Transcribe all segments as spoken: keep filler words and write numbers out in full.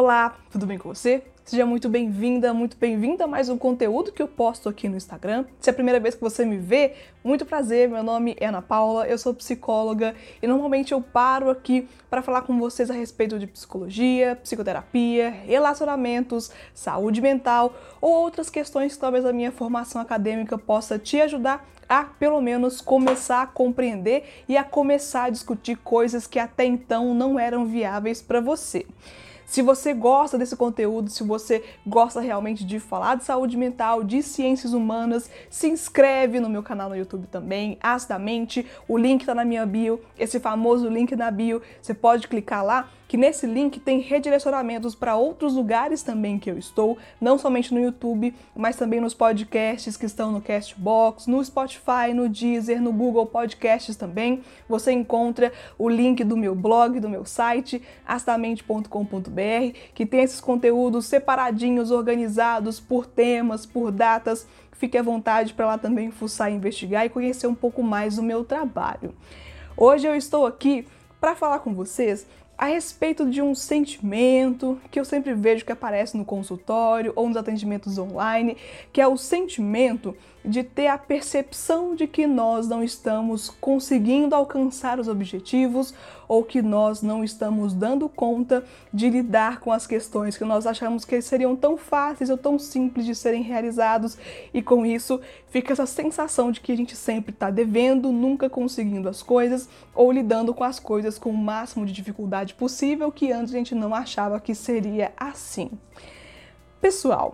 Olá, tudo bem com você? Seja muito bem-vinda, muito bem-vinda a mais um conteúdo que eu posto aqui no Instagram. Se é a primeira vez que você me vê, muito prazer, meu nome é Ana Paula, eu sou psicóloga e normalmente eu paro aqui para falar com vocês a respeito de psicologia, psicoterapia, relacionamentos, saúde mental ou outras questões que talvez a minha formação acadêmica possa te ajudar a, pelo menos, começar a compreender e a começar a discutir coisas que até então não eram viáveis para você. Se você gosta desse conteúdo, se você gosta realmente de falar de saúde mental, de ciências humanas, se inscreve no meu canal no YouTube também, acidamente. O link tá na minha bio, esse famoso link na bio. Você pode clicar lá, que nesse link tem redirecionamentos para outros lugares também que eu estou, não somente no YouTube, mas também nos podcasts que estão no Castbox, no Spotify, no Deezer, no Google Podcasts também. Você encontra o link do meu blog, do meu site, acidamente ponto com ponto br, que tem esses conteúdos separadinhos, organizados por temas, por datas. Fique à vontade para lá também fuçar, investigar e conhecer um pouco mais do meu trabalho. Hoje eu estou aqui para falar com vocês a respeito de um sentimento que eu sempre vejo que aparece no consultório ou nos atendimentos online, que é o sentimento de ter a percepção de que nós não estamos conseguindo alcançar os objetivos ou que nós não estamos dando conta de lidar com as questões que nós achamos que seriam tão fáceis ou tão simples de serem realizados, e com isso fica essa sensação de que a gente sempre está devendo, nunca conseguindo as coisas ou lidando com as coisas com o máximo de dificuldade possível, que antes a gente não achava que seria assim. Pessoal,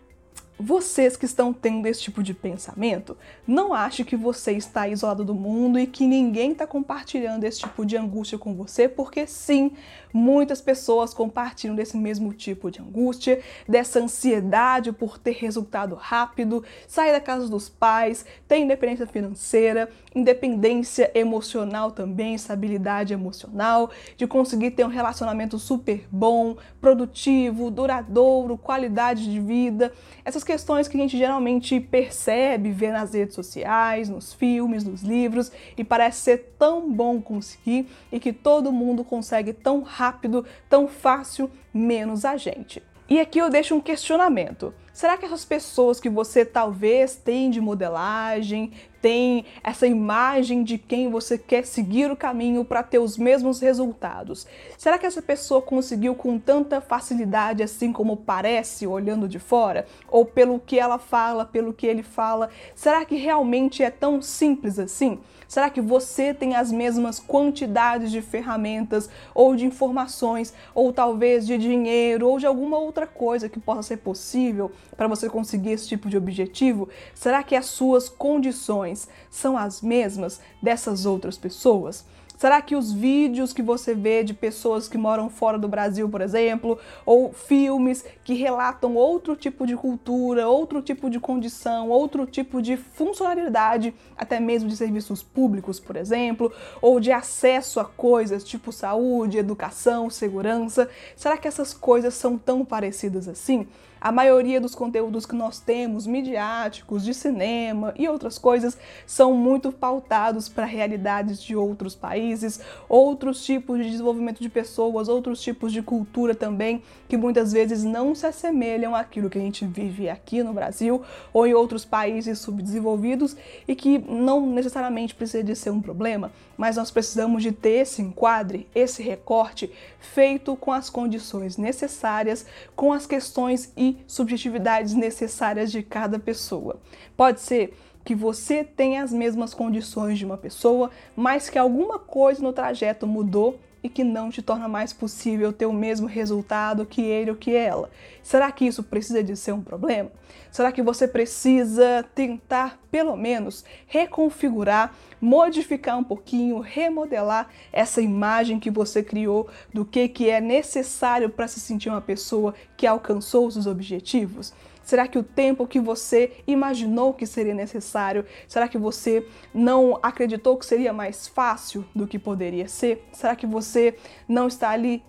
vocês que estão tendo esse tipo de pensamento, não ache que você está isolado do mundo e que ninguém está compartilhando esse tipo de angústia com você, porque sim, muitas pessoas compartilham desse mesmo tipo de angústia, dessa ansiedade por ter resultado rápido, sair da casa dos pais, ter independência financeira, independência emocional também, estabilidade emocional, de conseguir ter um relacionamento super bom, produtivo, duradouro, qualidade de vida. Essas questões que a gente geralmente percebe, vê nas redes sociais, nos filmes, nos livros, e parece ser tão bom conseguir e que todo mundo consegue tão rápido, tão fácil, menos a gente. E aqui eu deixo um questionamento. Será que essas pessoas que você talvez tem de modelagem, tem essa imagem de quem você quer seguir o caminho para ter os mesmos resultados, será que essa pessoa conseguiu com tanta facilidade assim como parece olhando de fora? Ou pelo que ela fala, pelo que ele fala? Será que realmente é tão simples assim? Será que você tem as mesmas quantidades de ferramentas ou de informações, ou talvez de dinheiro, ou de alguma outra coisa que possa ser possível para você conseguir esse tipo de objetivo? Será que as suas condições são as mesmas dessas outras pessoas? Será que os vídeos que você vê de pessoas que moram fora do Brasil, por exemplo, ou filmes que relatam outro tipo de cultura, outro tipo de condição, outro tipo de funcionalidade, até mesmo de serviços públicos, por exemplo, ou de acesso a coisas tipo saúde, educação, segurança, será que essas coisas são tão parecidas assim? A maioria dos conteúdos que nós temos, midiáticos, de cinema e outras coisas, são muito pautados para realidades de outros países, outros tipos de desenvolvimento de pessoas, outros tipos de cultura também, que muitas vezes não se assemelham àquilo que a gente vive aqui no Brasil ou em outros países subdesenvolvidos, e que não necessariamente precisa de ser um problema, mas nós precisamos de ter esse enquadre, esse recorte feito com as condições necessárias, com as questões e subjetividades necessárias de cada pessoa. Pode ser que você tenha as mesmas condições de uma pessoa, mas que alguma coisa no trajeto mudou e que não te torna mais possível ter o mesmo resultado que ele ou que ela. Será que isso precisa de ser um problema? Será que você precisa tentar, pelo menos, reconfigurar, modificar um pouquinho, remodelar essa imagem que você criou do que, que é necessário para se sentir uma pessoa que alcançou os seus objetivos? Será que o tempo que você imaginou que seria necessário, será que você não acreditou que seria mais fácil do que poderia ser? Será que você não está ali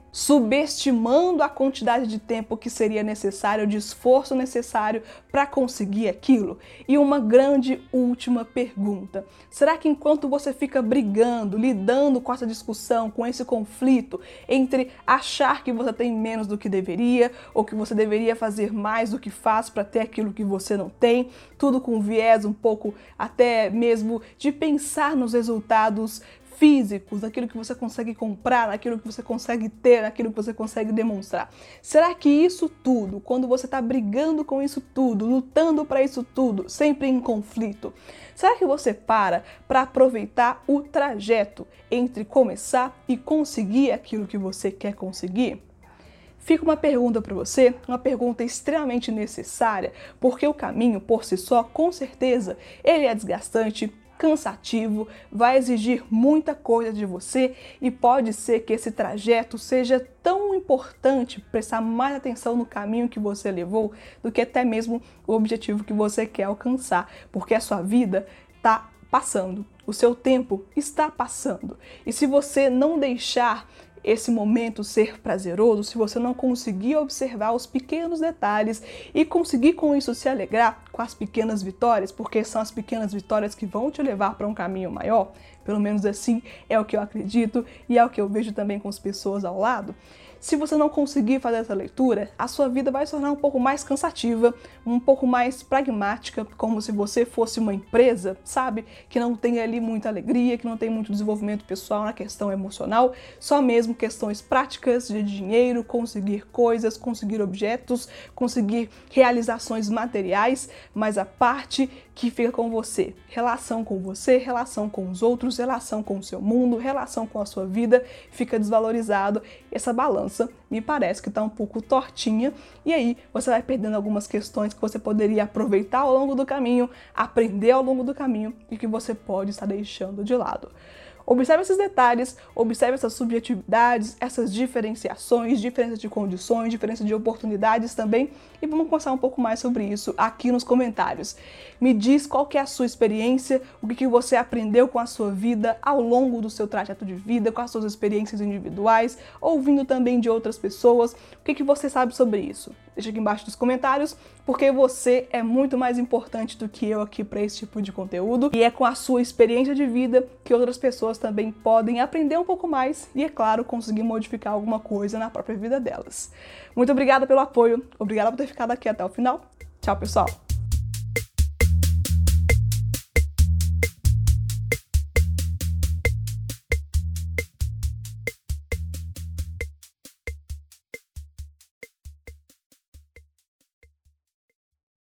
subestimando a quantidade de tempo que seria necessário, de esforço necessário para conseguir aquilo? E uma grande última pergunta: será que enquanto você fica brigando, lidando com essa discussão, com esse conflito entre achar que você tem menos do que deveria, ou que você deveria fazer mais do que faz para ter aquilo que você não tem, tudo com viés um pouco até mesmo de pensar nos resultados físicos, naquilo que você consegue comprar, naquilo que você consegue ter, naquilo que você consegue demonstrar? Será que isso tudo, quando você está brigando com isso tudo, lutando para isso tudo, sempre em conflito, será que você para para aproveitar o trajeto entre começar e conseguir aquilo que você quer conseguir? Fica uma pergunta para você, uma pergunta extremamente necessária, porque o caminho por si só, com certeza, ele é desgastante, cansativo, vai exigir muita coisa de você e pode ser que esse trajeto seja tão importante, prestar mais atenção no caminho que você levou do que até mesmo o objetivo que você quer alcançar, porque a sua vida está passando, o seu tempo está passando. E se você não deixar esse momento ser prazeroso, se você não conseguir observar os pequenos detalhes e conseguir com isso se alegrar com as pequenas vitórias, porque são as pequenas vitórias que vão te levar para um caminho maior, pelo menos assim é o que eu acredito e é o que eu vejo também com as pessoas ao lado. Se você não conseguir fazer essa leitura, a sua vida vai se tornar um pouco mais cansativa, um pouco mais pragmática, como se você fosse uma empresa, sabe? Que não tem ali muita alegria, que não tem muito desenvolvimento pessoal na questão emocional, só mesmo questões práticas de dinheiro, conseguir coisas, conseguir objetos, conseguir realizações materiais, mas a parte que fica com você, relação com você, relação com os outros, relação com o seu mundo, relação com a sua vida, fica desvalorizado. Essa balança me parece que está um pouco tortinha e aí você vai perdendo algumas questões que você poderia aproveitar ao longo do caminho, aprender ao longo do caminho e que você pode estar deixando de lado. Observe esses detalhes, observe essas subjetividades, essas diferenciações, diferença de condições, diferença de oportunidades também, e vamos conversar um pouco mais sobre isso aqui nos comentários. Me diz qual que é a sua experiência, o que, que você aprendeu com a sua vida ao longo do seu trajeto de vida, com as suas experiências individuais, ouvindo também de outras pessoas, o que, que você sabe sobre isso? Deixa aqui embaixo nos comentários, porque você é muito mais importante do que eu aqui para esse tipo de conteúdo, e é com a sua experiência de vida que outras pessoas também podem aprender um pouco mais e, é claro, conseguir modificar alguma coisa na própria vida delas. Muito obrigada pelo apoio, obrigada por ter ficado aqui até o final. Tchau, pessoal!